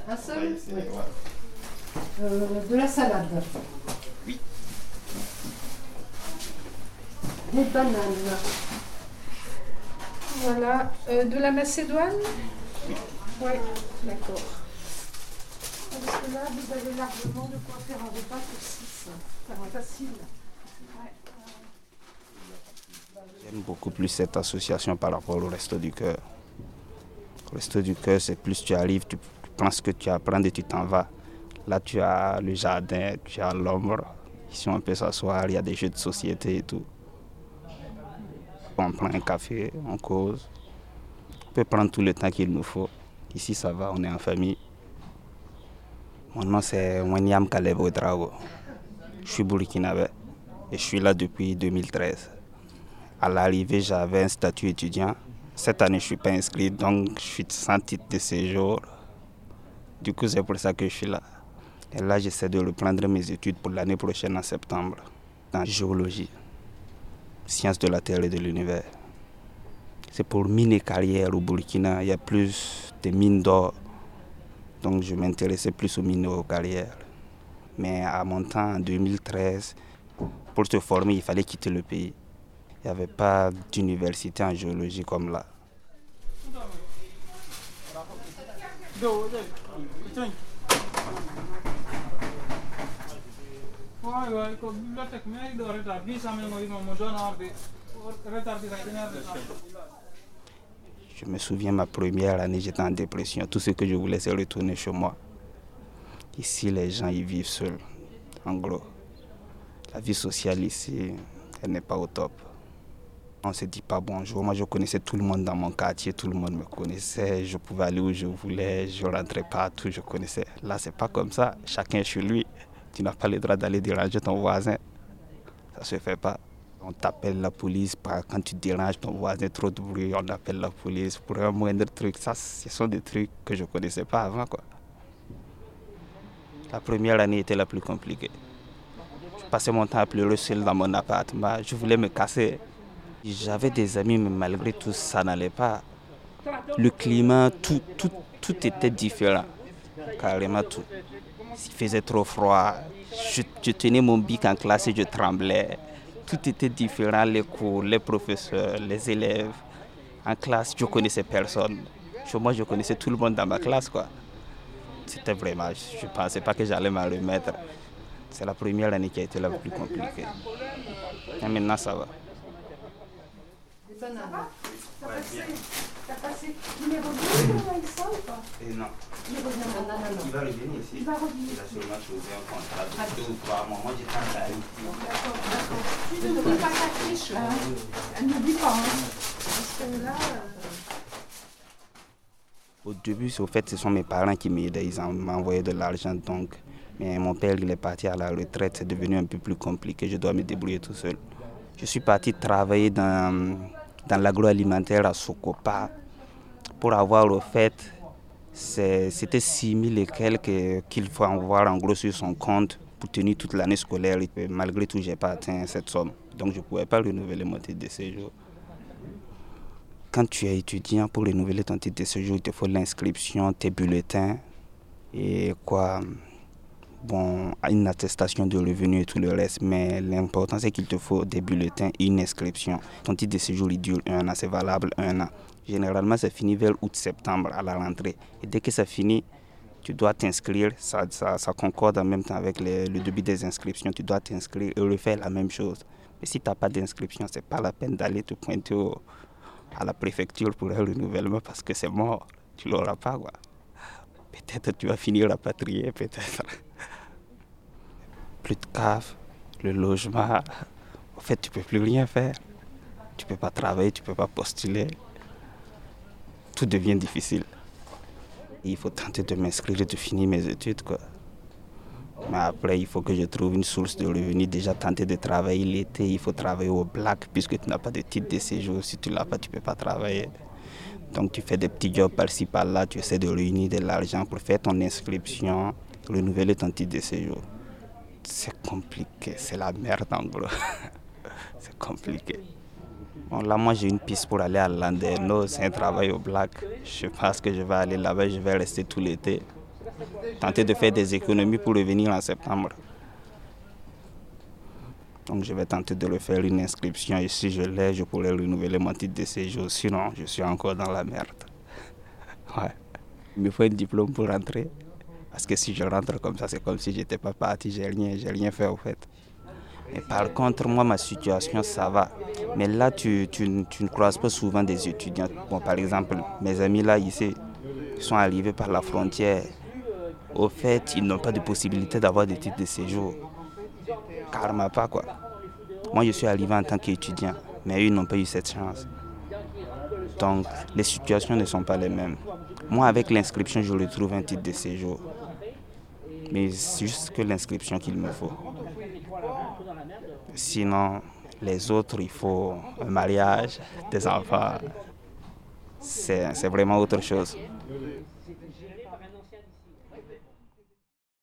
Un seul? Oui. Ouais. De la salade. Oui. Des bananes. Voilà. De la Macédoine? Oui. Oui, d'accord. Parce que là, vous avez largement de quoi faire un repas pour 6. Ça va facile. Ouais. J'aime beaucoup plus cette association par rapport au Resto du Cœur. Au Resto du Cœur, c'est plus tu arrives, tu prends ce que tu apprends et tu t'en vas. Là, tu as le jardin, tu as l'ombre. Ici, on peut s'asseoir, il y a des jeux de société et tout. On prend un café, on cause. On peut prendre tout le temps qu'il nous faut. Ici, ça va, on est en famille. Mon nom, c'est Wanyam Kaleb Ouedraogo. Je suis burkinabé et je suis là depuis 2013. À l'arrivée, j'avais un statut étudiant. Cette année, je ne suis pas inscrit, donc je suis sans titre de séjour. Du coup, c'est pour ça que je suis là. Et là, j'essaie de reprendre mes études pour l'année prochaine en septembre, dans géologie, sciences de la Terre et de l'univers. C'est pour mines et carrières au Burkina, il y a plus de mines d'or. Donc je m'intéressais plus aux mines et aux carrières. Mais à mon temps, en 2013, pour se former, il fallait quitter le pays. Il n'y avait pas d'université en géologie comme là. Je me souviens, ma première année, j'étais en dépression. Tout ce que je voulais, c'est retourner chez moi. Ici, les gens, ils vivent seuls, en gros. La vie sociale ici, elle n'est pas au top. On ne se dit pas bonjour. Moi, je connaissais tout le monde dans mon quartier, tout le monde me connaissait. Je pouvais aller où je voulais, je rentrais partout, je connaissais. Là, c'est pas comme ça. Chacun chez lui. Tu n'as pas le droit d'aller déranger ton voisin. Ça se fait pas. On t'appelle la police quand tu déranges ton voisin, trop de bruit, on appelle la police pour un moindre truc. Ça, ce sont des trucs que je ne connaissais pas avant, quoi. La première année était la plus compliquée. Je passais mon temps à pleurer seul dans mon appartement. Je voulais me casser. J'avais des amis, mais malgré tout, ça n'allait pas. Le climat, tout était différent. Carrément tout. Il faisait trop froid. Je tenais mon bic en classe et je tremblais. Tout était différent, les cours, les professeurs, les élèves. En classe, je ne connaissais personne. Moi, je connaissais tout le monde dans ma classe, quoi. C'était vraiment, je ne pensais pas que j'allais m'en remettre. C'est la première année qui a été la plus compliquée. Et maintenant, ça va. Ça va? T'as passé numéro 2 avec ça ou pas? Non. Non. Il va revenir ici. Il va revenir. Il a sûrement choisi un contrat de 2 ou 3 mois. Moi, j'étais en Paris. D'accord. Tu n'oublies pas ta fiche, là. Elle n'oublie pas, hein. Parce que là... Au début, au fait, ce sont mes parents qui m'aidaient. Ils m'envoyaient de l'argent, donc. Mais mon père, il est parti à la retraite. C'est devenu un peu plus compliqué. Je dois me débrouiller tout seul. Je suis parti travailler dans l'agroalimentaire à Sokopa pour avoir, au fait, c'était 6 000 et quelques qu'il faut avoir en gros sur son compte pour tenir toute l'année scolaire. Et malgré tout, je n'ai pas atteint cette somme. Donc, je ne pouvais pas renouveler mon titre de séjour. Quand tu es étudiant, pour renouveler ton titre de séjour, il te faut l'inscription, tes bulletins et quoi, bon, une attestation de revenus et tout le reste. Mais l'important, c'est qu'il te faut des bulletins et une inscription. Ton titre de séjour, il dure 1 an, c'est valable 1 an. Généralement, ça finit vers août-septembre à la rentrée. Et dès que ça finit, tu dois t'inscrire. Ça concorde en même temps avec le début des inscriptions. Tu dois t'inscrire et refaire la même chose. Mais si tu n'as pas d'inscription, ce n'est pas la peine d'aller te pointer à la préfecture pour un renouvellement parce que c'est mort. Tu ne l'auras pas, quoi. Peut-être tu vas finir rapatrié, peut-être. Plus de cave, le logement. En fait, tu ne peux plus rien faire. Tu ne peux pas travailler, tu ne peux pas postuler. Tout devient difficile. Il faut tenter de m'inscrire et de finir mes études, quoi. Mais après, il faut que je trouve une source de revenus. Déjà, tenter de travailler l'été, il faut travailler au black puisque tu n'as pas de titre de séjour. Si tu ne l'as pas, tu ne peux pas travailler. Donc, tu fais des petits jobs par-ci, par-là. Tu essaies de réunir de l'argent pour faire ton inscription, renouveler ton titre de séjour. C'est compliqué, c'est la merde en gros. C'est compliqué. Bon, là, moi, j'ai une piste pour aller à Landerneau. C'est un travail au black. Je pense que je vais aller là-bas, je vais rester tout l'été. tenter de faire des économies pour revenir en septembre. Donc je vais tenter de le faire une inscription et si je l'ai, je pourrai renouveler mon titre de séjour. Sinon, je suis encore dans la merde. Ouais. Il me faut un diplôme pour rentrer. Parce que si je rentre comme ça, c'est comme si je n'étais pas parti, j'ai rien fait au fait. Mais par contre, moi, ma situation, ça va. Mais là, tu ne croises pas souvent des étudiants. Bon, par exemple, mes amis là, ici, ils sont arrivés par la frontière. Au fait, ils n'ont pas de possibilité d'avoir des titres de séjour. Carrément pas, quoi. Moi, je suis arrivé en tant qu'étudiant, mais eux, ils n'ont pas eu cette chance. Donc, les situations ne sont pas les mêmes. Moi, avec l'inscription, je retrouve un titre de séjour. Mais c'est juste que l'inscription qu'il me faut. Sinon, les autres, il faut un mariage, des enfants. C'est vraiment autre chose.